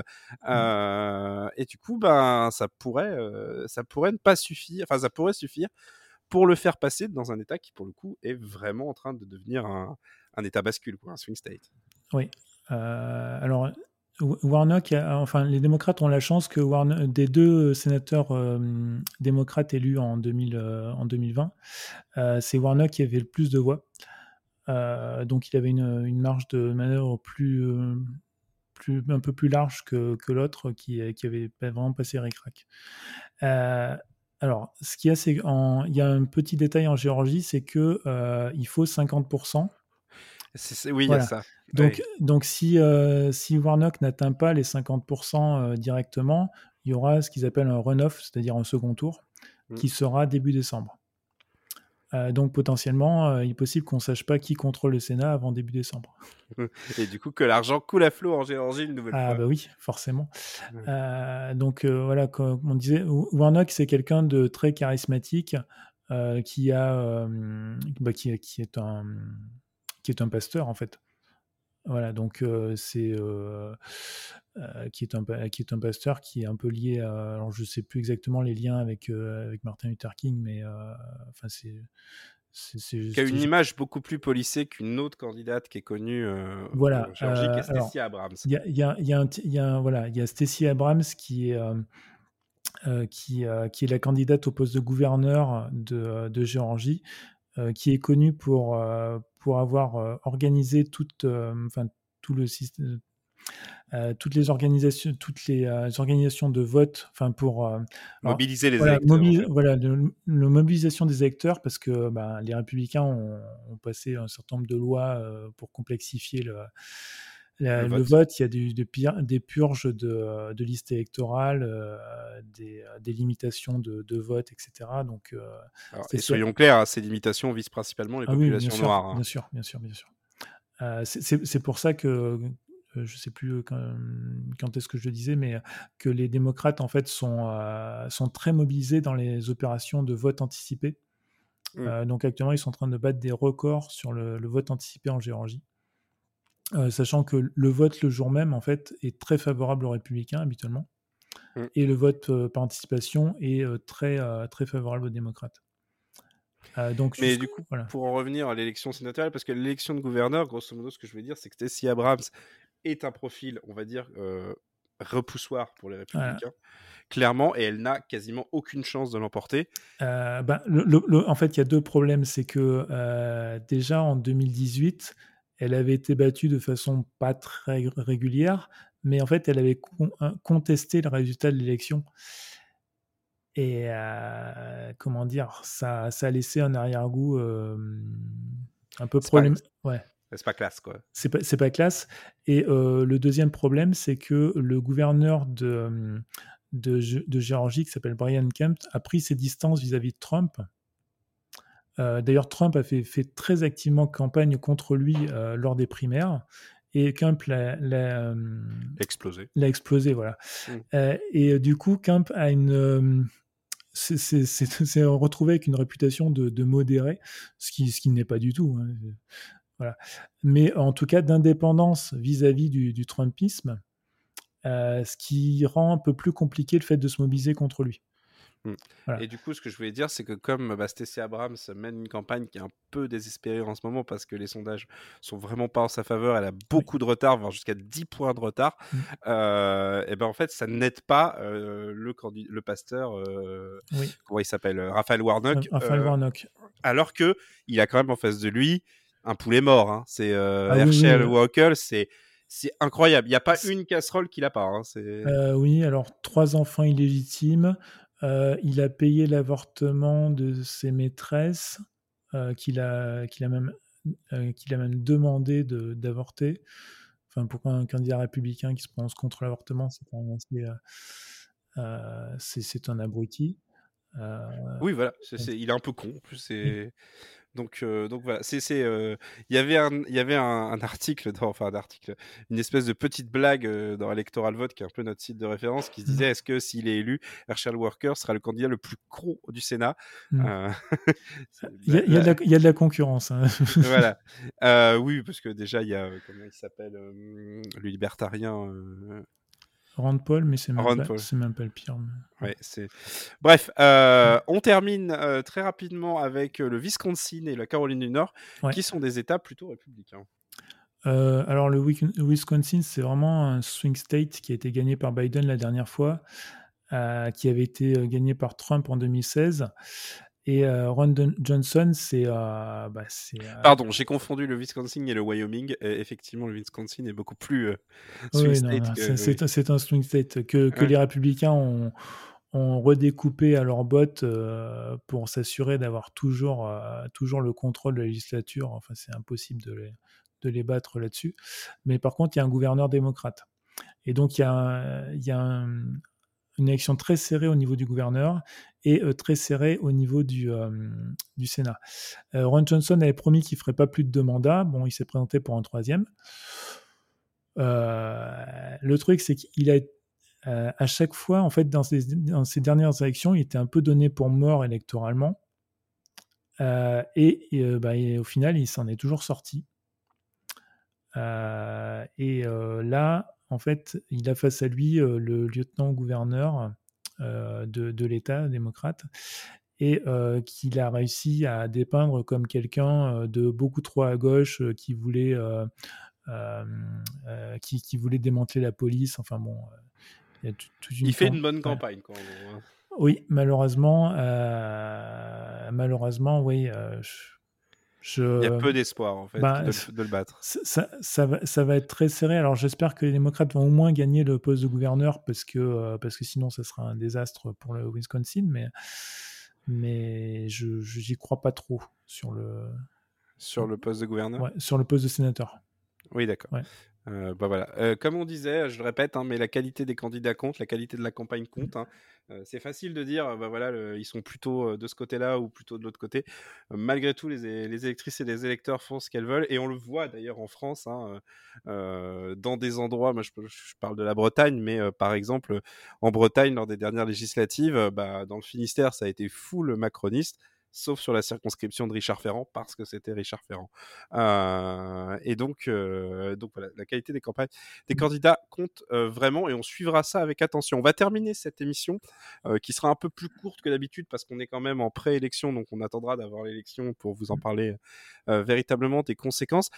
et du coup ça pourrait ne pas suffire, enfin ça pourrait suffire pour le faire passer dans un État qui pour le coup est vraiment en train de devenir un État bascule, quoi, un swing state. Oui. Alors Warnock, les démocrates ont la chance que des 2 sénateurs démocrates élus en 2020, c'est Warnock qui avait le plus de voix. Donc il avait une marge de manœuvre un peu plus large que l'autre qui avait vraiment passé ric-rac. Alors, ce qu'il y a, c'est il y a un petit détail en Géorgie, c'est que il faut 50%. Oui, il y a ça. Donc si Warnock n'atteint pas les 50% directement, il y aura ce qu'ils appellent un runoff, c'est-à-dire un second tour, qui sera début décembre. Donc potentiellement, il est possible qu'on ne sache pas qui contrôle le Sénat avant début décembre. Et du coup, que l'argent coule à flot en Géorgie une nouvelle fois. Ah bah oui, forcément. Donc voilà, comme on disait, Warnock, c'est quelqu'un de très charismatique qui est un pasteur en fait. Voilà, donc qui est un pasteur qui est un peu lié à, alors je sais plus exactement les liens avec Martin Luther King, mais enfin qui a une image beaucoup plus policée qu'une autre candidate qui est connue voilà, en Géorgie, qui est Stacey Abrams. Il y a Stacey Abrams qui est la candidate au poste de gouverneur de Géorgie, qui est connue pour avoir organisé tout le système, toutes les organisations de vote, enfin pour mobiliser les électeurs. Voilà, la mobilisation des électeurs, parce que les républicains ont passé un certain nombre de lois pour complexifier le vote. Il y a des purges de listes électorales, des limitations de vote, etc. Donc, et soyons clairs, ces limitations visent principalement les populations noires. Bien sûr. C'est pour ça que je ne sais plus quand est-ce que je le disais, mais que les démocrates en fait sont très mobilisés dans les opérations de vote anticipé. Donc actuellement, ils sont en train de battre des records sur le vote anticipé en Géorgie. Sachant que le vote le jour même en fait est très favorable aux républicains habituellement, et le vote par anticipation est très favorable aux démocrates. Mais du coup, pour en revenir à l'élection sénatoriale, parce que l'élection de gouverneur, grosso modo, ce que je veux dire, c'est que Stacey Abrams est un profil, on va dire, repoussoir pour les Républicains, clairement, et elle n'a quasiment aucune chance de l'emporter. En fait, il y a deux problèmes. C'est que déjà en 2018, elle avait été battue de façon pas très régulière, mais en fait, elle avait contesté le résultat de l'élection. Et comment dire, ça a laissé un arrière-goût un peu problématique. Ouais. C'est pas classe, quoi. C'est pas classe. Et le deuxième problème, c'est que le gouverneur de Géorgie, qui s'appelle Brian Kemp, a pris ses distances vis-à-vis de Trump. D'ailleurs, Trump a fait très activement campagne contre lui lors des primaires. Et Kemp l'a explosé, voilà. Et du coup, Kemp a s'est retrouvé avec une réputation de modéré, ce qui n'est pas du tout. Hein. Voilà. Mais en tout cas, d'indépendance vis-à-vis du Trumpisme, ce qui rend un peu plus compliqué le fait de se mobiliser contre lui. Voilà. Et du coup, ce que je voulais dire, c'est que comme Stacey Abrams mène une campagne qui est un peu désespérée en ce moment parce que les sondages sont vraiment pas en sa faveur, elle a beaucoup de retard, voire jusqu'à 10 points de retard, et ben en fait, ça n'aide pas le pasteur, comment il s'appelle, Raphaël Warnock, alors que il a quand même en face de lui un poulet mort. Hein. C'est Herschel Walker, c'est incroyable. Il n'y a pas une casserole qu'il n'a pas. Hein. Oui, alors 3 enfants illégitimes. Il a payé l'avortement de ses maîtresses, qu'il a même demandé d'avorter. Enfin, pour un candidat républicain qui se prononce contre l'avortement, c'est quand même assez, c'est un abruti. Oui, voilà, il est un peu con. En plus, donc voilà, il y avait un article, une espèce de petite blague dans Electoral Vote, qui est un peu notre site de référence, qui se disait est-ce que s'il est élu, Herschel Walker sera le candidat le plus con du Sénat. Il y a de la concurrence. Hein. Voilà. Oui, parce que déjà il y a comment il s'appelle, le libertarien. Rand Paul, mais c'est même pas le pire. Ouais, Bref, on termine très rapidement avec le Wisconsin et la Caroline du Nord, qui sont des États plutôt républicains. Alors le Wisconsin, c'est vraiment un swing state qui a été gagné par Biden la dernière fois, qui avait été gagné par Trump en 2016. Et Ron Johnson, c'est... Pardon, j'ai confondu le Wisconsin et le Wyoming. Et effectivement, le Wisconsin est beaucoup plus swing state. C'est un swing state que les républicains ont redécoupé à leur botte pour s'assurer d'avoir toujours le contrôle de la législature. Enfin, c'est impossible de les battre là-dessus. Mais par contre, il y a un gouverneur démocrate. Et donc, il y a une élection très serrée au niveau du gouverneur et très serrée au niveau du Sénat. Ron Johnson avait promis qu'il ne ferait pas plus de 2 mandats. Bon, il s'est présenté pour un 3e. Le truc, c'est qu'il a à chaque fois, en fait, dans ces dernières élections, il était un peu donné pour mort électoralement. Et au final, il s'en est toujours sorti. Là, en fait, il a face à lui le lieutenant-gouverneur de l'État démocrate et qu'il a réussi à dépeindre comme quelqu'un de beaucoup trop à gauche qui voulait démanteler la police. Enfin bon, il fait une bonne campagne quand même. Oui, malheureusement, oui. Il y a peu d'espoir en fait de le battre. Ça va être très serré. Alors j'espère que les démocrates vont au moins gagner le poste de gouverneur parce que sinon ça sera un désastre pour le Wisconsin. Mais je n'y crois pas trop sur le poste de gouverneur. Ouais, sur le poste de sénateur. Oui, d'accord. Ouais. Voilà. Comme on disait, je le répète, mais la qualité des candidats compte, la qualité de la campagne compte. C'est facile de dire, ils sont plutôt de ce côté-là ou plutôt de l'autre côté. Malgré tout, les électrices et les électeurs font ce qu'elles veulent, et on le voit d'ailleurs en France, dans des endroits. Moi, je parle de la Bretagne, mais par exemple, en Bretagne, lors des dernières législatives, dans le Finistère, ça a été full macroniste. Sauf sur la circonscription de Richard Ferrand, parce que c'était Richard Ferrand. Et donc voilà, la qualité des campagnes des candidats compte vraiment, et on suivra ça avec attention. On va terminer cette émission, qui sera un peu plus courte que d'habitude, parce qu'on est quand même en pré-élection, donc on attendra d'avoir l'élection pour vous en parler véritablement des conséquences.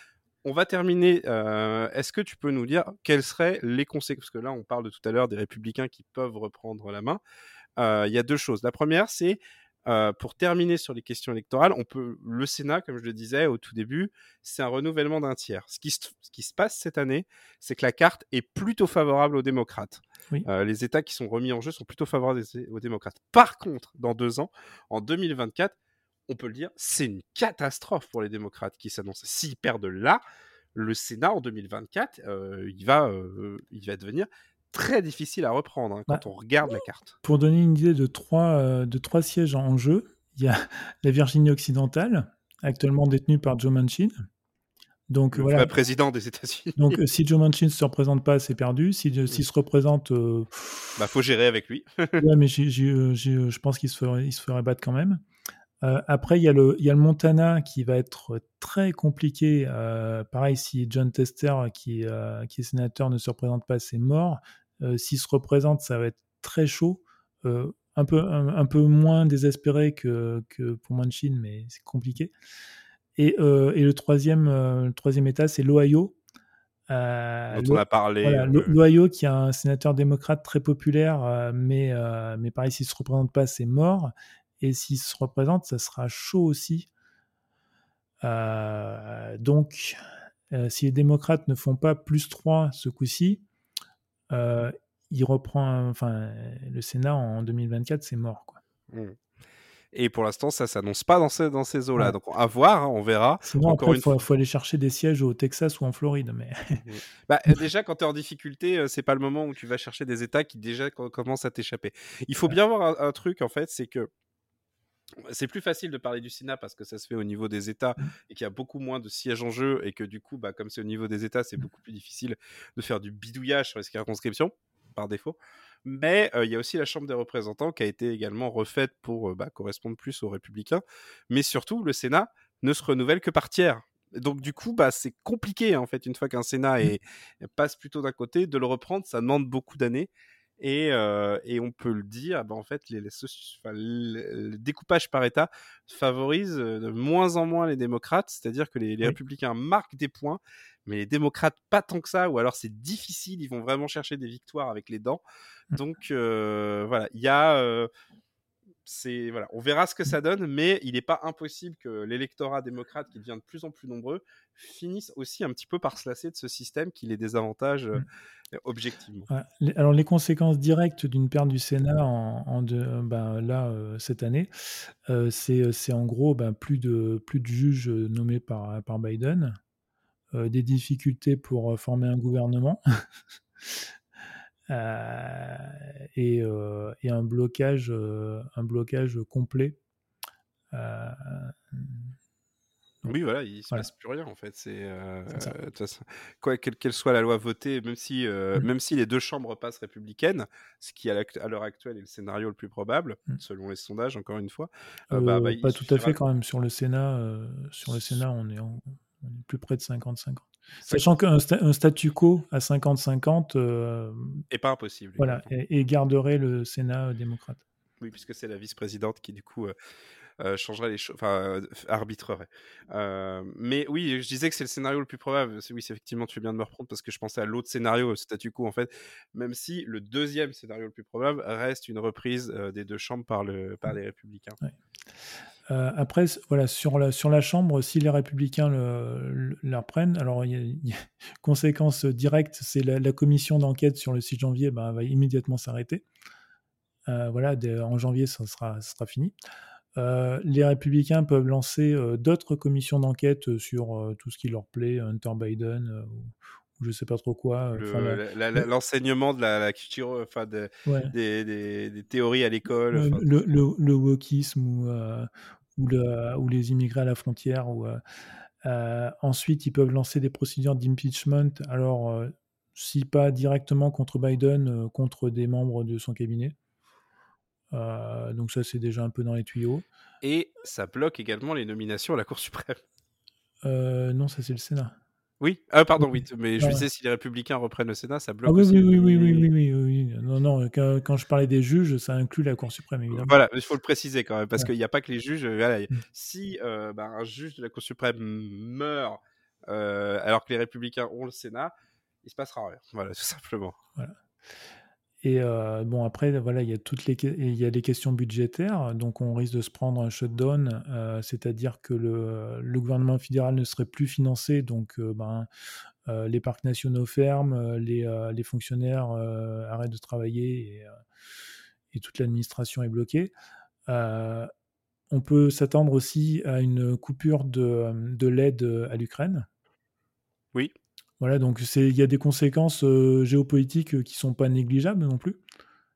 on va terminer. Est-ce que tu peux nous dire quelles seraient les conséquences? Parce que là, on parle de tout à l'heure des républicains qui peuvent reprendre la main. Il y a deux choses. La première, c'est pour terminer sur les questions électorales, le Sénat, comme je le disais au tout début, c'est un renouvellement d'un tiers. Ce qui se passe cette année, c'est que la carte est plutôt favorable aux démocrates. Oui. Les États qui sont remis en jeu sont plutôt favorables aux démocrates. Par contre, dans 2 ans, en 2024, on peut le dire, c'est une catastrophe pour les démocrates qui s'annoncent. S'ils perdent là, le Sénat en 2024, il va devenir très difficile à reprendre quand on regarde la carte. Pour donner une idée de trois sièges en jeu, il y a la Virginie occidentale, actuellement détenue par Joe Manchin. Donc, le vrai président des États-Unis. Donc, si Joe Manchin ne se représente pas, c'est perdu. S'il se représente... faut gérer avec lui. Ouais, mais je pense qu'il se ferait battre quand même. Après, il y a le Montana qui va être très compliqué. Pareil, si John Tester, qui est sénateur, ne se représente pas, c'est mort. S'il se représente, ça va être très chaud. Un peu moins désespéré que pour Manchin, mais c'est compliqué. Et le troisième État, c'est l'Ohio. Dont on a parlé. Voilà, l'Ohio, qui a un sénateur démocrate très populaire, mais pareil, s'il ne se représente pas, c'est mort. Et s'il se représente, ça sera chaud aussi. Donc, si les démocrates ne font pas +3 ce coup-ci, il reprend. Le Sénat en 2024, c'est mort, quoi. Et pour l'instant, ça s'annonce pas dans ces eaux-là. Ouais. Donc, à voir, on verra. Sinon, encore après, il faut aller chercher des sièges au Texas ou en Floride. Mais... déjà, quand tu es en difficulté, c'est pas le moment où tu vas chercher des États qui déjà commencent à t'échapper. Il faut bien voir un truc, en fait, c'est que c'est plus facile de parler du Sénat parce que ça se fait au niveau des États et qu'il y a beaucoup moins de sièges en jeu et que du coup, comme c'est au niveau des États, c'est beaucoup plus difficile de faire du bidouillage sur les circonscriptions, par défaut. Mais il y a aussi la Chambre des représentants qui a été également refaite pour correspondre plus aux républicains. Mais surtout, le Sénat ne se renouvelle que par tiers. Donc du coup, c'est compliqué en fait, une fois qu'un Sénat passe plutôt d'un côté, de le reprendre, ça demande beaucoup d'années. Et on peut le dire, en fait, le découpage par État favorise de moins en moins les démocrates, c'est-à-dire que les républicains marquent des points, mais les démocrates pas tant que ça, ou alors c'est difficile, ils vont vraiment chercher des victoires avec les dents. Donc voilà, il y a... on verra ce que ça donne, mais il n'est pas impossible que l'électorat démocrate, qui devient de plus en plus nombreux, finisse aussi un petit peu par se lasser de ce système qui les désavantage objectivement. Alors, les conséquences directes d'une perte du Sénat cette année, c'est en gros plus de juges nommés par Biden, des difficultés pour former un gouvernement. Et un blocage complet. Oui, voilà, il ne se passe plus rien en fait. Quelle soit la loi votée, même si les deux chambres passent républicaines, ce qui à l'heure actuelle est le scénario le plus probable, selon les sondages, encore une fois. Pas tout à fait quand même. Sur le Sénat, on est plus près de 50-50. Sachant qu'un statu quo à 50-50 n'est pas impossible. Voilà, et garderait le Sénat démocrate. Oui, puisque c'est la vice-présidente qui, du coup, changerait les choses, arbitrerait. Mais oui, je disais que c'est le scénario le plus probable. Oui, effectivement, tu viens de me reprendre parce que je pensais à l'autre scénario, statu quo, en fait, même si le deuxième scénario le plus probable reste une reprise des deux chambres par les républicains. Ouais. Après, voilà, sur la Chambre, si les républicains la reprennent, alors il y a conséquence directe, c'est la commission d'enquête sur le 6 janvier va immédiatement s'arrêter. En janvier, ça sera fini. Les républicains peuvent lancer d'autres commissions d'enquête sur tout ce qui leur plaît, Hunter Biden ou je sais pas trop quoi. L'enseignement de la culture, des théories à l'école. Le wokisme ou les immigrés à la frontière. Ensuite, ils peuvent lancer des procédures d'impeachment. Alors, si pas directement contre Biden, contre des membres de son cabinet. Donc ça, c'est déjà un peu dans les tuyaux. Et ça bloque également les nominations à la Cour suprême. Non, ça c'est le Sénat. Oui, pardon, oui, mais je disais, si les républicains reprennent le Sénat, ça bloque aussi. Oui. Non, quand je parlais des juges, ça inclut la Cour suprême, évidemment. Voilà, il faut le préciser quand même, parce qu'il n'y a pas que les juges. Si un juge de la Cour suprême meurt alors que les républicains ont le Sénat, il se passera rien. Voilà, tout simplement. Voilà. Et bon, après, voilà, il y a les questions budgétaires, donc on risque de se prendre un shutdown, c'est-à-dire que le gouvernement fédéral ne serait plus financé, donc les parcs nationaux ferment, les fonctionnaires arrêtent de travailler et toute l'administration est bloquée. On peut s'attendre aussi à une coupure de l'aide à l'Ukraine. Oui. Voilà, donc il y a des conséquences géopolitiques qui sont pas négligeables non plus.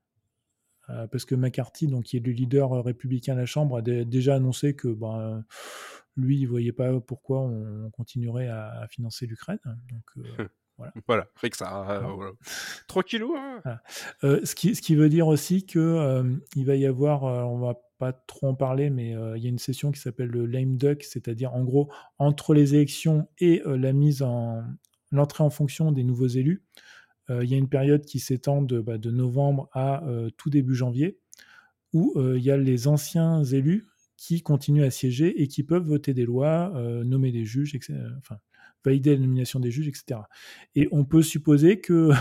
Parce que McCarthy, donc, qui est le leader républicain à la Chambre, a déjà annoncé que lui, il ne voyait pas pourquoi on continuerait à financer l'Ukraine. Donc, voilà. Voilà, fait que ça. Voilà. Tranquillou. Hein. Voilà. Ce qui veut dire aussi qu'il va y avoir, on va pas trop en parler, mais il y a une session qui s'appelle le lame duck, c'est-à-dire en gros, entre les élections et l'entrée en fonction des nouveaux élus, il y a une période qui s'étend de novembre à tout début janvier, où il y a les anciens élus qui continuent à siéger et qui peuvent voter des lois, nommer des juges, etc. Enfin, valider la nomination des juges, etc. Et on peut supposer que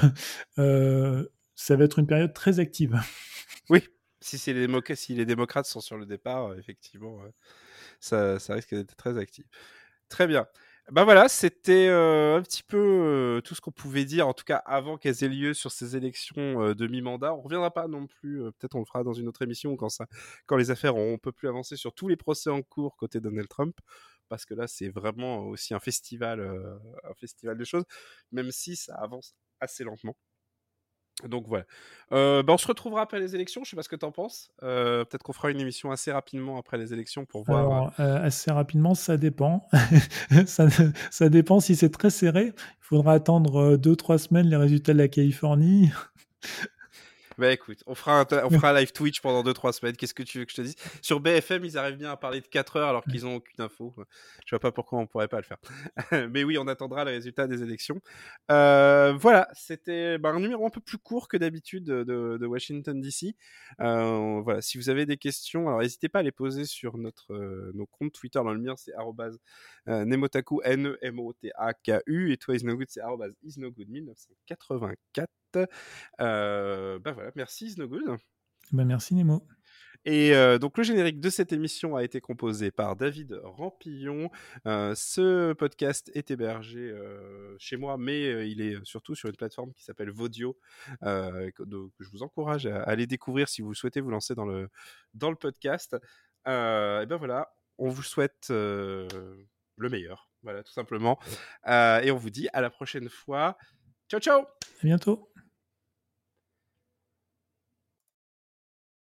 ça va être une période très active. Oui, si les démocrates sont sur le départ, effectivement, ça risque d'être très actif. Très bien. Ben voilà, c'était un petit peu tout ce qu'on pouvait dire, en tout cas avant qu'elles aient lieu sur ces élections de mi-mandat. On ne reviendra pas non plus, peut-être on le fera dans une autre émission quand les affaires auront un peu plus avancé sur tous les procès en cours côté Donald Trump, parce que là c'est vraiment aussi un festival de choses, même si ça avance assez lentement. Donc voilà. On se retrouvera après les élections. Je sais pas ce que tu en penses. Peut-être qu'on fera une émission assez rapidement après les élections pour voir. Alors, assez rapidement, ça dépend. ça dépend si c'est très serré. Il faudra attendre 2-3 semaines les résultats de la Californie. Bah écoute, on fera un live Twitch pendant 2-3 semaines. Qu'est-ce que tu veux que je te dise? Sur BFM, ils arrivent bien à parler de 4 heures alors qu'ils n'ont aucune info. Je vois pas pourquoi on pourrait pas le faire. Mais oui, on attendra les résultats des élections. Voilà, c'était un numéro un peu plus court que d'habitude de Washington DC. Voilà, si vous avez des questions, alors n'hésitez pas à les poser sur nos comptes Twitter. Dans le mien, c'est @Nemotaku, Nemotaku, et toi, Isnogood, c'est @Isnogood1984. Voilà, merci Isnogood. Merci Nemo. Et donc le générique de cette émission a été composé par David Rampillon. Ce podcast est hébergé chez moi, mais il est surtout sur une plateforme qui s'appelle Vodio, que je vous encourage à aller découvrir si vous souhaitez vous lancer dans le podcast. Et voilà, on vous souhaite le meilleur, voilà, tout simplement. Et on vous dit à la prochaine fois. Ciao, ciao! À bientôt.